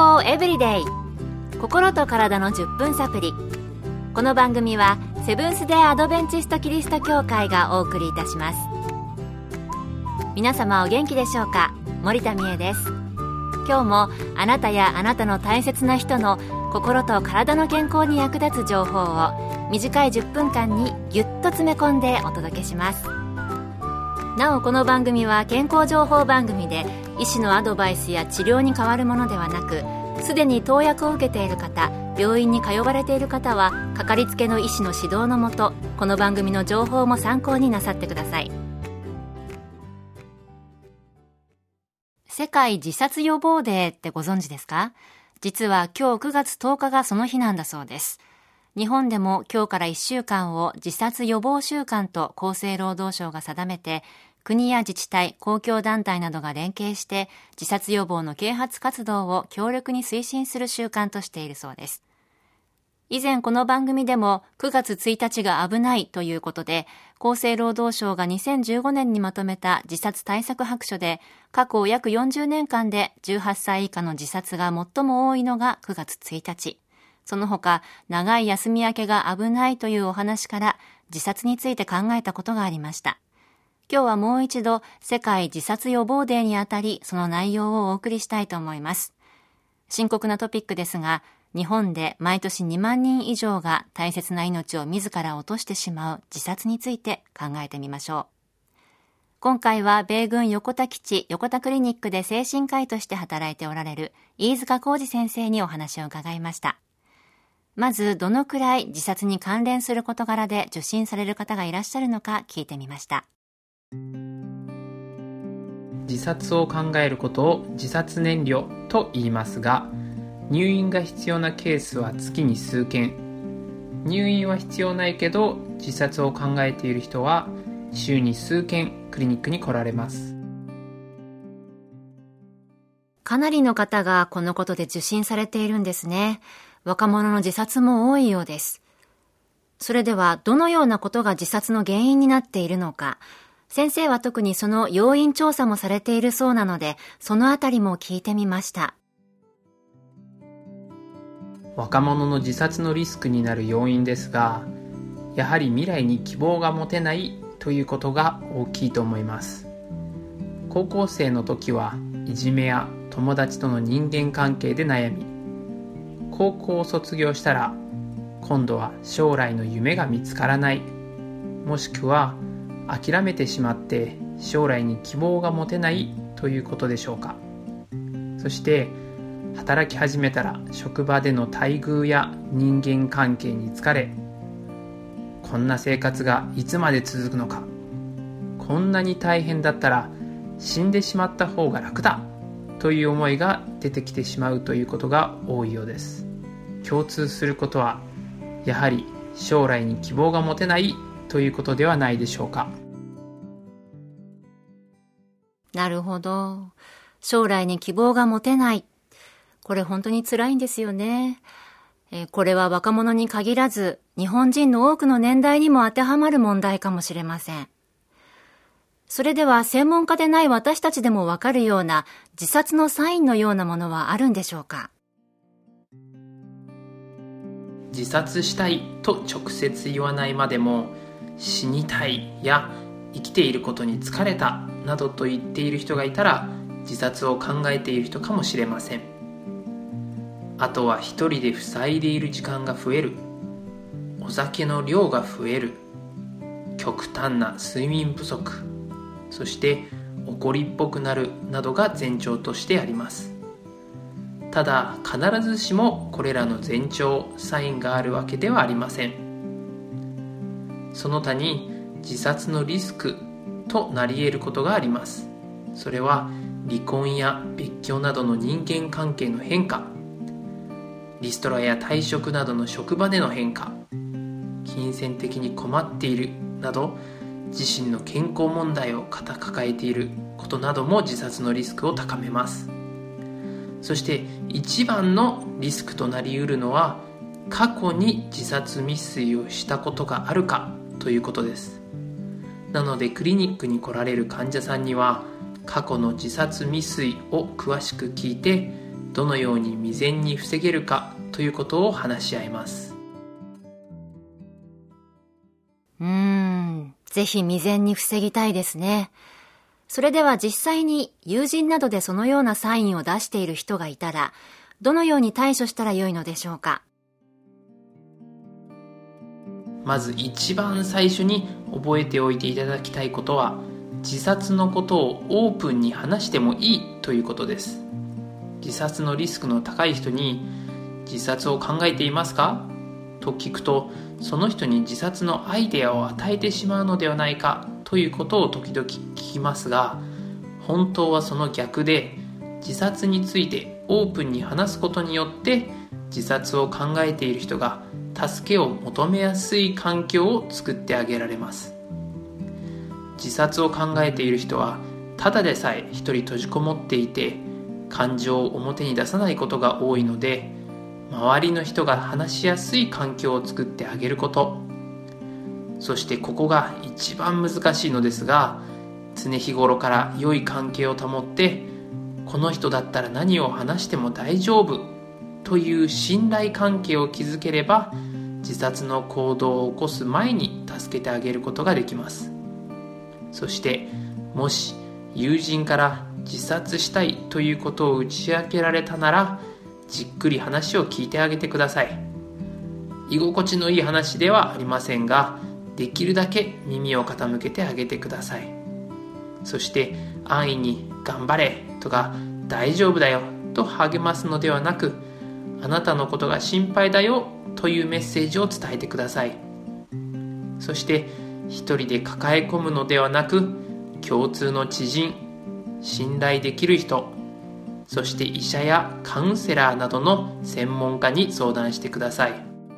康エブリデイ、心と体の10分サプリ。この番組はセブンス・デー・アドベンチスト・キリスト教会がお送りいたします。皆様お元気でしょうか。森田美恵です。今日もあなたやあなたの大切な人の心と体の健康に役立つ情報を短い10分間にぎゅっと詰め込んでお届けします。なおこの番組は健康情報番組で、医師のアドバイスや治療に代わるものではなく、すでに投薬を受けている方、病院に通われている方はかかりつけの医師の指導のもと、この番組の情報も参考になさってください。世界自殺予防デーってご存知ですか？実は今日9月10日がその日なんだそうです。日本でも今日から1週間を自殺予防週間と厚生労働省が定めて、国や自治体、公共団体などが連携して自殺予防の啓発活動を強力に推進する週間としているそうです。以前この番組でも9月1日が危ないということで、厚生労働省が2015年にまとめた自殺対策白書で、過去約40年間で18歳以下の自殺が最も多いのが9月1日。その他、長い休み明けが危ないというお話から自殺について考えたことがありました。今日はもう一度世界自殺予防デーにあたり、その内容をお送りしたいと思います。深刻なトピックですが、日本で毎年2万人以上が大切な命を自ら落としてしまう自殺について考えてみましょう。今回は米軍横田基地横田クリニックで精神科医として働いておられる飯塚浩二先生にお話を伺いました。まずどのくらい自殺に関連する事柄で受診される方がいらっしゃるのか聞いてみました。 自殺を考えることを自殺燃料と言いますが、入院が必要なケースは月に数件、入院は必要ないけど自殺を考えている人は週に数件クリニックに来られます。 かなりの方がこのことで受診されているんですね。若者の自殺も多いようです。それではどのようなことが自殺の原因になっているのか、先生は特にその要因調査もされているそうなので、そのあたりも聞いてみました。 若者の自殺のリスクになる要因ですが、やはり未来に希望が持てないということが大きいと思います。高校生の時はいじめや友達との人間関係で悩み、高校を卒業したら今度は将来の夢が見つからない、もしくは諦めてしまって将来に希望が持てないということでしょうか。そして働き始めたら職場での待遇や人間関係に疲れ、こんな生活がいつまで続くのか、こんなに大変だったら死んでしまった方が楽だという思いが出てきてしまうということが多いようです。共通することはやはり将来に希望が持てないということではないでしょうか。 なるほど。将来に希望が持てない。これ本当に辛いんですよね。これは若者に限らず、日本人の多くの年代にも当てはまる問題かもしれません。それでは専門家でない私たちでもわかるような自殺のサインのようなものはあるんでしょうか。 自殺したいと直接言わないまでも、死にたいや生きていることに疲れたなどと言っている人がいたら、自殺を考えている人かもしれません。あとは一人で塞いでいる時間が増える、お酒の量が増える、極端な睡眠不足、そして怒りっぽくなるなどが前兆としてあります。ただ必ずしもこれらの前兆、サインがあるわけではありません。その他に自殺のリスクとなり得ることがあります。それは離婚や別居などの人間関係の変化、リストラや退職などの職場での変化、金銭的に困っているなど自身の健康問題を抱えていることなども自殺のリスクを高めます。そして一番のリスクとなりうるのは、過去に自殺未遂をしたことがあるかということです。なのでクリニックに来られる患者さんには、過去の自殺未遂を詳しく聞いて、 どのように未然に防げるかということを話し合います。 ぜひ未然に防ぎたいですね。それでは実際に友人などでそのようなサインを出している人がいたら、どのように対処したらよいのでしょうか。 まず一番最初に覚えておいていただきたいことは、自殺のことをオープンに話してもいいということです。自殺のリスクの高い人に自殺を考えていますかと聞くと、その人に自殺のアイデアを与えてしまうのではないかということを時々聞きますが、本当はその逆で、自殺についてオープンに話すことによって自殺を考えている人が助けを求めやすい環境を作ってあげられます。自殺を考えている人はただでさえ一人閉じこもっていて、感情を表に出さないことが多いので、周りの人が話しやすい環境を作ってあげること、そしてここが一番難しいのですが、常日頃から良い関係を保って、この人だったら何を話しても大丈夫という信頼関係を築ければ、自殺の行動を起こす前に助けてあげることができます。そしてもし友人から自殺したいということを打ち明けられたなら、じっくり話を聞いてあげてください。居心地のいい話ではありませんが、できるだけ耳を傾けてあげてください。そして安易に頑張れとか大丈夫だよと励ますのではなく、あなたのことが心配だよというメッセージを伝えてください。そして一人で抱え込むのではなく、共通の知人、信頼できる人、そして医者やカウンセラーなどの専門家に相談してください。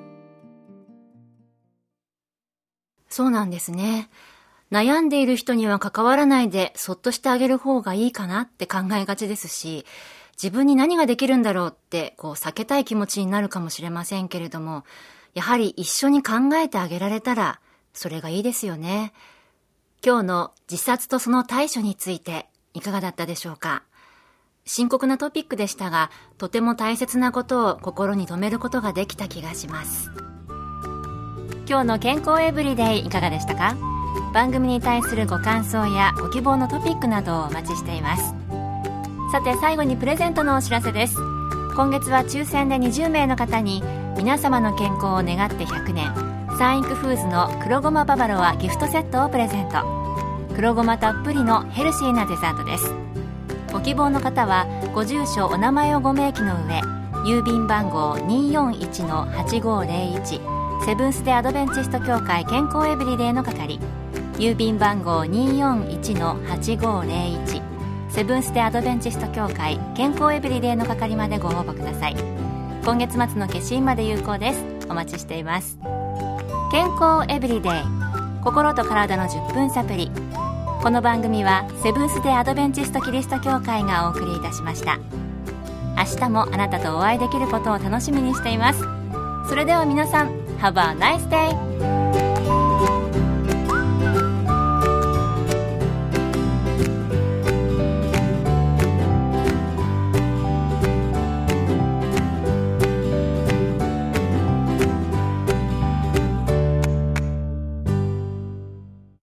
そうなんですね。悩んでいる人には関わらないでそっとしてあげる方がいいかなって考えがちですし、自分に何ができるんだろうって避けたい気持ちになるかもしれませんけれども、やはり一緒に考えてあげられたらそれがいいですよね。今日の自殺とその対処についていかがだったでしょうか。深刻なトピックでしたが、とても大切なことを心に留めることができた気がします。今日の健康エブリデイいかがでしたか。番組に対するご感想やご希望のトピックなどをお待ちしています。さて最後にプレゼントのお知らせです。今月は抽選で20名の方に、皆様の健康を願って100年サンイクフーズの黒ごまババロアギフトセットをプレゼント。黒ごまたっぷりのヘルシーなデザートです。ご希望の方はご住所お名前をご明記の上、郵便番号 241-8501 セブンス・デ・アドベンチスト協会健康エブリデイの係、郵便番号 241-8501 セブンス・デ・アドベンチスト協会健康エブリデイの係までご応募ください。今月末の消印まで有効です。お待ちしています。健康エブリデイ、心と体の10分サプリ。この番組はセブンス・デ・アドベンチスト・キリスト教会がお送りいたしました。明日もあなたとお会いできることを楽しみにしています。それでは皆さん、Have a nice day!